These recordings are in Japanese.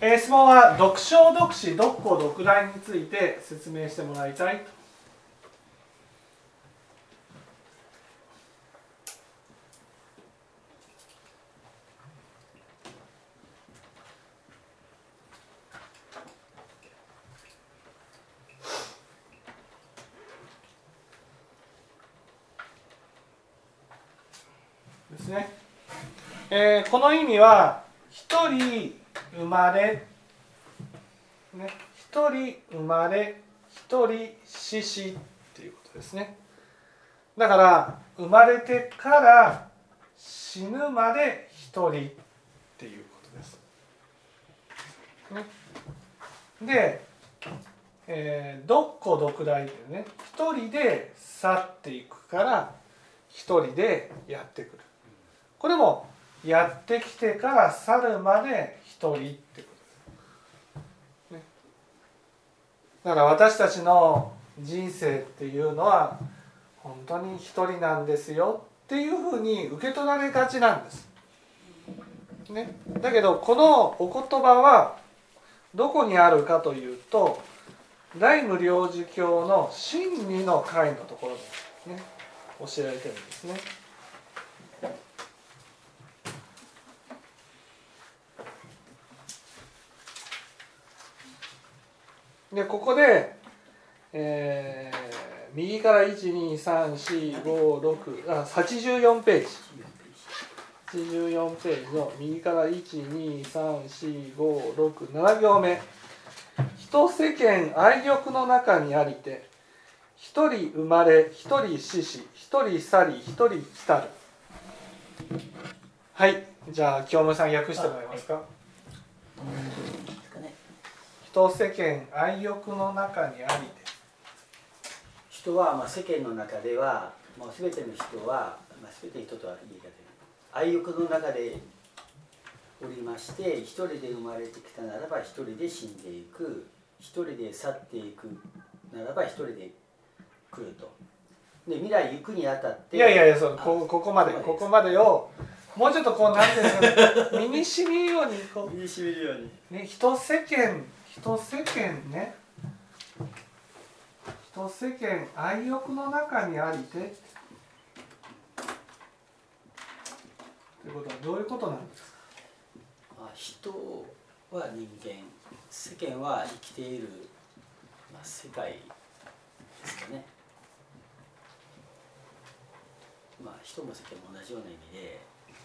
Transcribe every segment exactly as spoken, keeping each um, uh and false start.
えー、質問は独生独死独孤独大について説明してもらいたいですね。えー、この意味は一人生まれ、ね、一人生まれ一人死死っていうことですね。だから生まれてから死ぬまで一人っていうことです、ね、で、えー、独孤独大っていうね、一人で去っていくから一人でやってくる。これもやってきてから去るまで一人ってことです、ね、だから私たちの人生っていうのは本当に一人なんですよっていうふうに受け取られがちなんです、ね、だけどこのお言葉はどこにあるかというと大無量寿経の真理の回のところで、ね、教えられてるんですね。でここで、えー、右からいちにさんよんごろくあはちじゅうよんページはちじゅうよんページの右からいちにさんよんごろくなな行目、人世間愛欲の中にありて一人生まれ一人死し一人去り一人来たる。はい、じゃあ清盛さん訳してもらえますか。人世間愛欲の中にありて、 人はまあ世間の中ではもう全ての人は、まあ、全ての人とは言い方で愛欲の中でおりまして、一人で生まれてきたならば一人で死んでいく、一人で去っていくならば一人で来ると。で未来行くにあたっていやいやいやそう こ, ここまでここまでをもうちょっとこうなんていうんですかね、身に染みるようにこう身に染みるように、 ね、人世間人世間ね、人世間愛欲の中にありてということはどういうことなんですか。 まあ、人は人間、世間は生きている、まあ、世界ですかね。まあ人も世間も同じような意味で、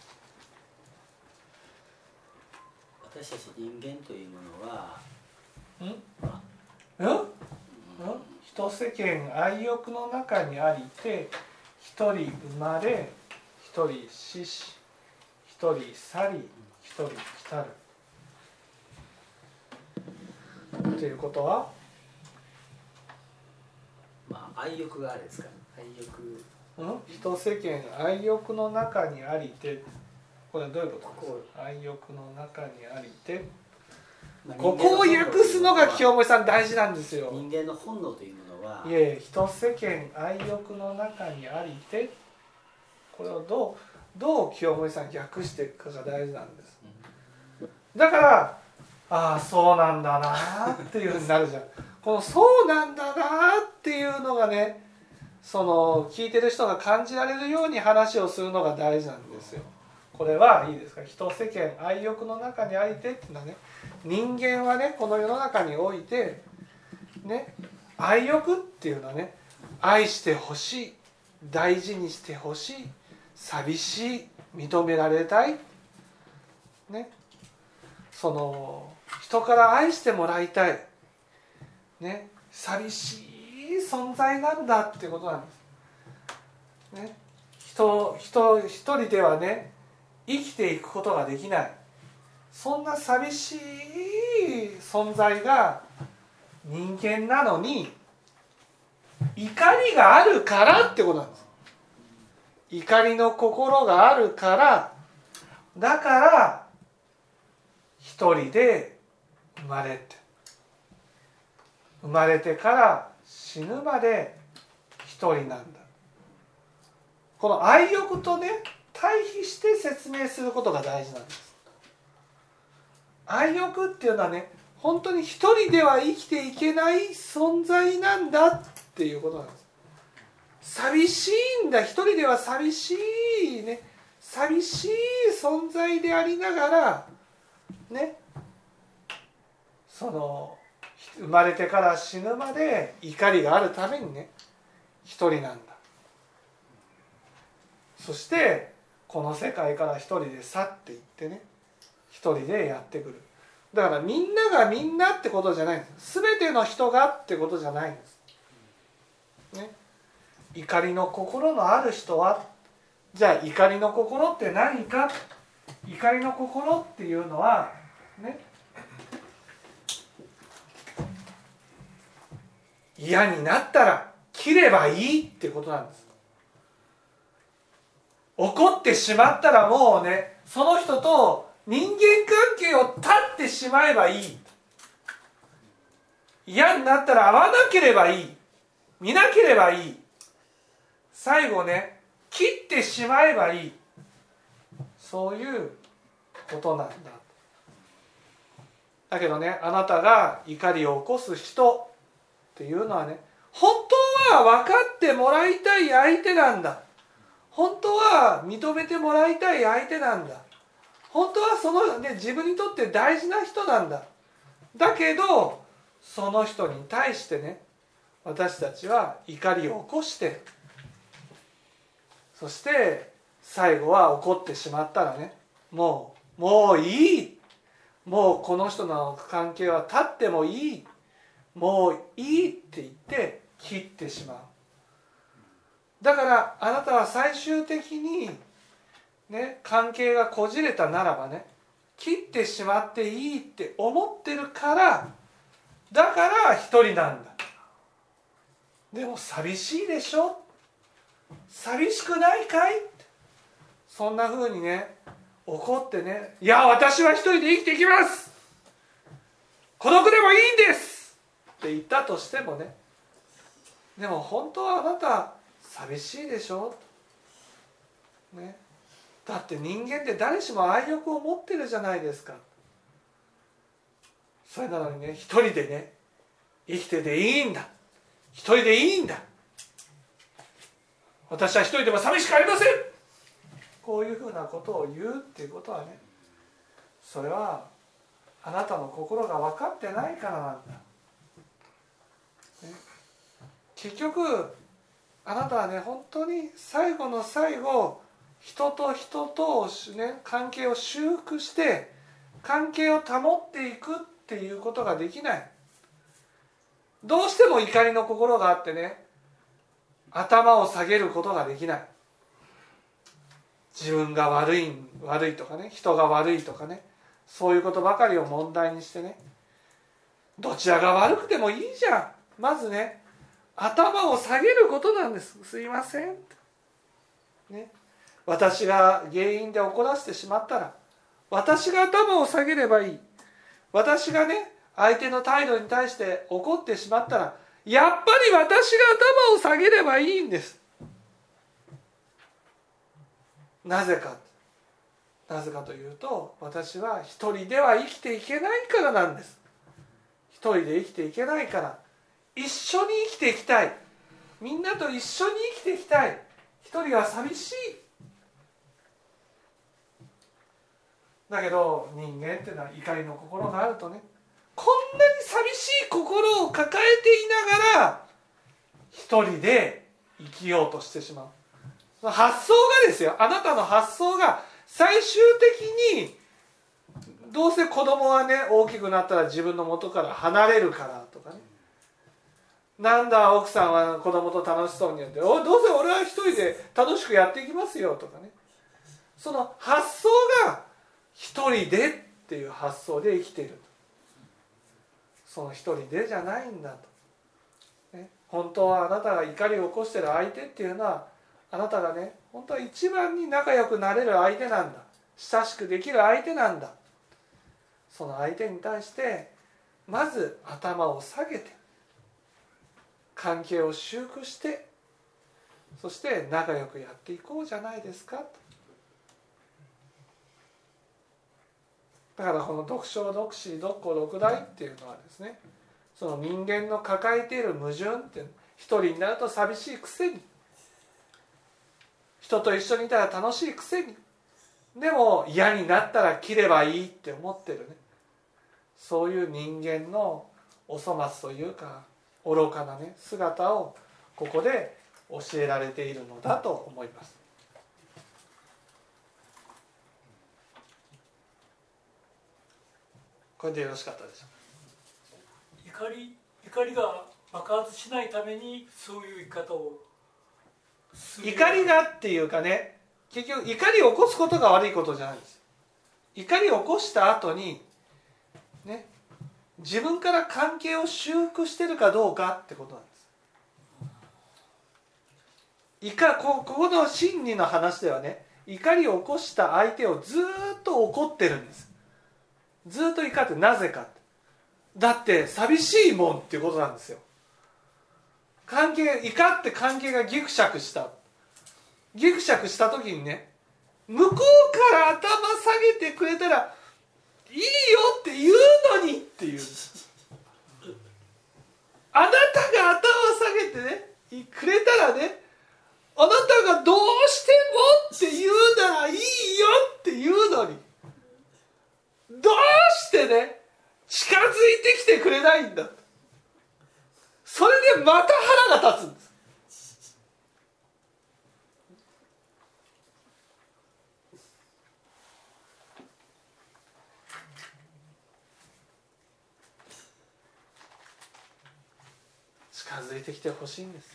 私たち人間というものはん、うんうん、人世間愛欲の中にありて一人生まれ一人死し一人去り一人来たるということは、 まあ愛欲があるですか、愛欲、 うん、人世間愛欲の中にありて、これはどういうことですか。愛欲の中にありて、ここを訳すのが清盛さん大事なんですよ。 人間の本能というものは、 いえ、人世間愛欲の中にありて、これをどうどう清盛さん訳していくかが大事なんです。だからああそうなんだなっていうふうになるじゃん。このそうなんだなっていうのがね、その聞いてる人が感じられるように話をするのが大事なんですよ。これはいいですか。人世間愛欲の中にありてっていうのはね、人間はねこの世の中においてね、愛欲っていうのはね、愛してほしい、大事にしてほしい、寂しい、認められたい、ね、その人から愛してもらいたい、ね、寂しい存在なんだっていうことなんです、ね、人、人一人ではね生きていくことができない、そんな寂しい存在が人間なのに怒りがあるからってことなんです。怒りの心があるから、だから一人で生まれて生まれてから死ぬまで一人なんだ。この愛欲とね対比して説明することが大事なんです。 愛欲っていうのはね、本当に一人では生きていけない存在なんだっていうことなんです。寂しいんだ、一人では寂しいね、寂しい存在でありながらね、その生まれてから死ぬまで怒りがあるためにね、一人なんだ。そしてこの世界から一人で去っていってね、一人でやってくる。だからみんながみんなってことじゃないんです。全ての人がってことじゃないんです、ね、怒りの心のある人は、じゃあ怒りの心って何か。怒りの心っていうのはね、嫌になったら切ればいいってことなんです。怒ってしまったらもうね、その人と人間関係を断ってしまえばいい。嫌になったら会わなければいい、見なければいい、最後ね切ってしまえばいい、そういうことなんだ。だけどね、あなたが怒りを起こす人っていうのはね、本当は分かってもらいたい相手なんだ。本当は認めてもらいたい相手なんだ。本当はその、ね、自分にとって大事な人なんだ。だけどその人に対してね、私たちは怒りを起こして、そして最後は怒ってしまったらね、もうもういい、もうこの人の関係は断ってもいい、もういいって言って切ってしまう。だからあなたは最終的にね、関係がこじれたならばね、切ってしまっていいって思ってるから、だから一人なんだ。でも寂しいでしょ、寂しくないかい、そんな風にね怒ってね、いや私は一人で生きていきます、孤独でもいいんですって言ったとしてもね、でも本当はあなた寂しいでしょ、ね、だって人間って誰しも愛欲を持ってるじゃないですか。それなのにね、一人でね生きてていいんだ、一人でいいんだ、私は一人でも寂しくありません、こういうふうなことを言うっていうことはね、それはあなたの心が分かってないからなんだ、ね、結局あなたはね、本当に最後の最後、人と人と、ね、関係を修復して関係を保っていくっていうことができない。どうしても怒りの心があってね、頭を下げることができない。自分が悪い悪いとかね、人が悪いとかね、そういうことばかりを問題にしてね、どちらが悪くてもいいじゃん、まずね頭を下げることなんです。すいません、ね、私が原因で怒らせてしまったら私が頭を下げればいい。私がね相手の態度に対して怒ってしまったらやっぱり私が頭を下げればいいんです。なぜかなぜかというと、私は一人では生きていけないからなんです。一人で生きていけないから、一緒に生きていきたい、みんなと一緒に生きていきたい。一人は寂しい。だけど人間っていうのは怒りの心があるとね、こんなに寂しい心を抱えていながら一人で生きようとしてしまう。発想がですよ、あなたの発想が最終的に、どうせ子供はね大きくなったら自分の元から離れるからとかね、なんだ奥さんは子供と楽しそうにやって、おどうせ俺は一人で楽しくやっていきますよとかね、その発想が一人でっていう発想で生きている。その一人でじゃないんだと、ね、本当はあなたが怒りを起こしている相手っていうのは、あなたがね本当は一番に仲良くなれる相手なんだ、親しくできる相手なんだ。その相手に対してまず頭を下げて関係を修復して、そして仲良くやっていこうじゃないですかと。 だからこの独生独死独孤独大っていうのはですね、その人間の抱えている矛盾っていう、一人になると寂しいくせに、人と一緒にいたら楽しいくせに、でも嫌になったら切ればいいって思ってるね、そういう人間のお粗末というか愚かなね姿をここで教えられているのだと思います。これでよろしかったでしょうか。 怒り、怒りが爆発しないためにそういう生き方をする。 怒りがっていうかね、結局怒りを起こすことが悪いことじゃないんです。怒りを起こした後にね、自分から関係を修復してるかどうかってことなんです。怒こここの真理の話ではね、怒りを起こした相手をずっと怒ってるんです。ずっと怒って、なぜか、だって寂しいもんっていうことなんですよ。関係、怒って関係がギクシャクした、ギクシャクした時にね、向こうから頭下げてくれたらいいよって言うのにっていう、あなたが頭を下げてねくれたらね、あなたがどうしてもって言うならいいよって言うのに、どうしてね近づいてきてくれないんだ。それでまた腹が立つんです。近づいてきてほしいんです。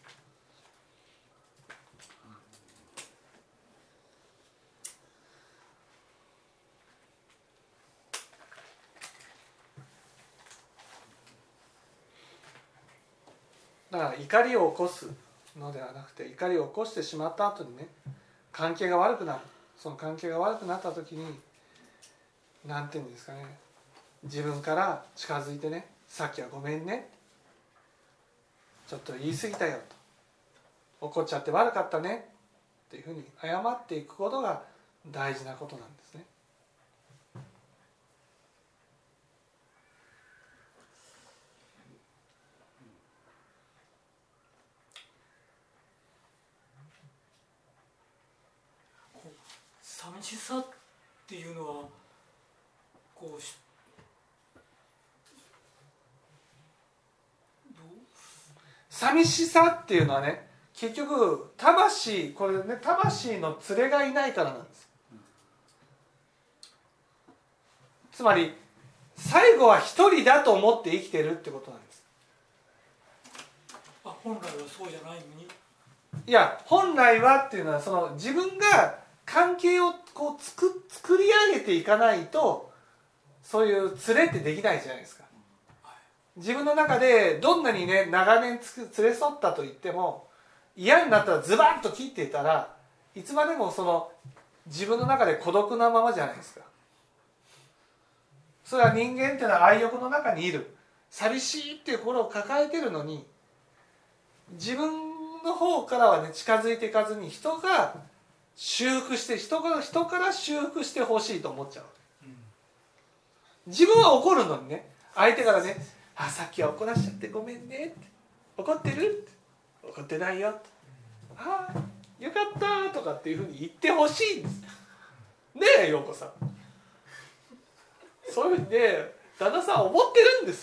だから怒りを起こすのではなくて、怒りを起こしてしまった後にね、関係が悪くなる。その関係が悪くなった時に、なんていうんですかね、自分から近づいてね、さっきはごめんね、ちょっと言い過ぎたよと、怒っちゃって悪かったねっていうふうに謝っていくことが大事なことなんですね。 寂しさっていうのはこうしどう寂しさっていうのはね、結局魂、これね、魂の連れがいないからなんです。つまり最後は一人だと思って生きてるってことなんです。 あ、本来はそうじゃないのに。 いや、本来はっていうのは、その自分が関係をこう 作, 作り上げていかないと、そういう連れってできないじゃないですか。自分の中でどんなにね長年つく連れ添ったと言っても、嫌になったらズバッと切っていたらいつまでもその自分の中で孤独なままじゃないですか。それは人間っていうのは愛欲の中にいる、寂しいっていう心を抱えてるのに、自分の方からはね近づいていかずに、人が修復して、人から人から修復してほしいと思っちゃう。自分は怒るのにね、相手からね、あ、さっきは怒らしちゃってごめんねって、怒ってるって、怒ってないよって、ああよかったとかっていうふうに言ってほしいんですねえ、陽子さん。そういうふうにね旦那さんは思ってるんです。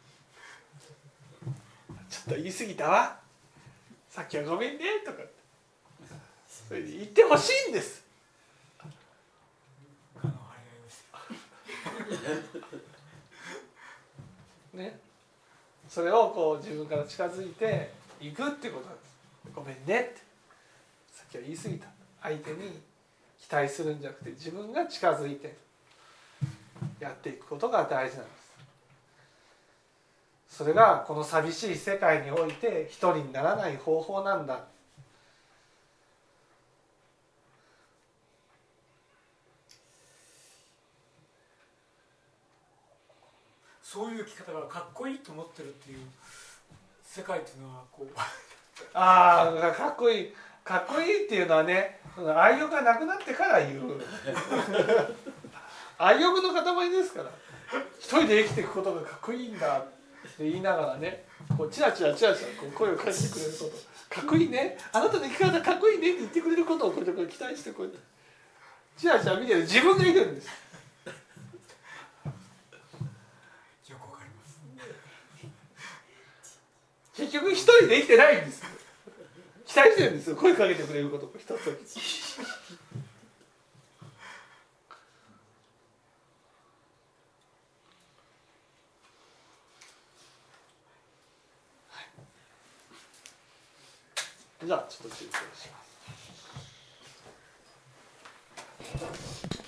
ちょっと言い過ぎたわ、さっきはごめんねとか、それで言ってほしいんです。ね、それをこう自分から近づいていくっていうことなんです。ごめんねって、さっきは言い過ぎた、相手に期待するんじゃなくて自分が近づいてやっていくことが大事なんです。それがこの寂しい世界において一人にならない方法なんだ。 そういう生き方がかっこいいと思ってるっていう世界っていうのはこうああ、かっこいい、かっこいいっていうのはね、愛欲がなくなってから言う愛欲の塊ですから。一人で生きていくことがかっこいいんだって言いながらね、こうチラチラチラチラこう声をかけてくれること、かっこいいね、あなたの生き方かっこいいねって言ってくれることをこうやって期待してこうやってチラチラ見てる自分がいるんです。 よくわかります。 結局一人で生きてないんです。期待してるんですよ、声かけてくれることを一つ一つ。じゃあちょっと休憩します。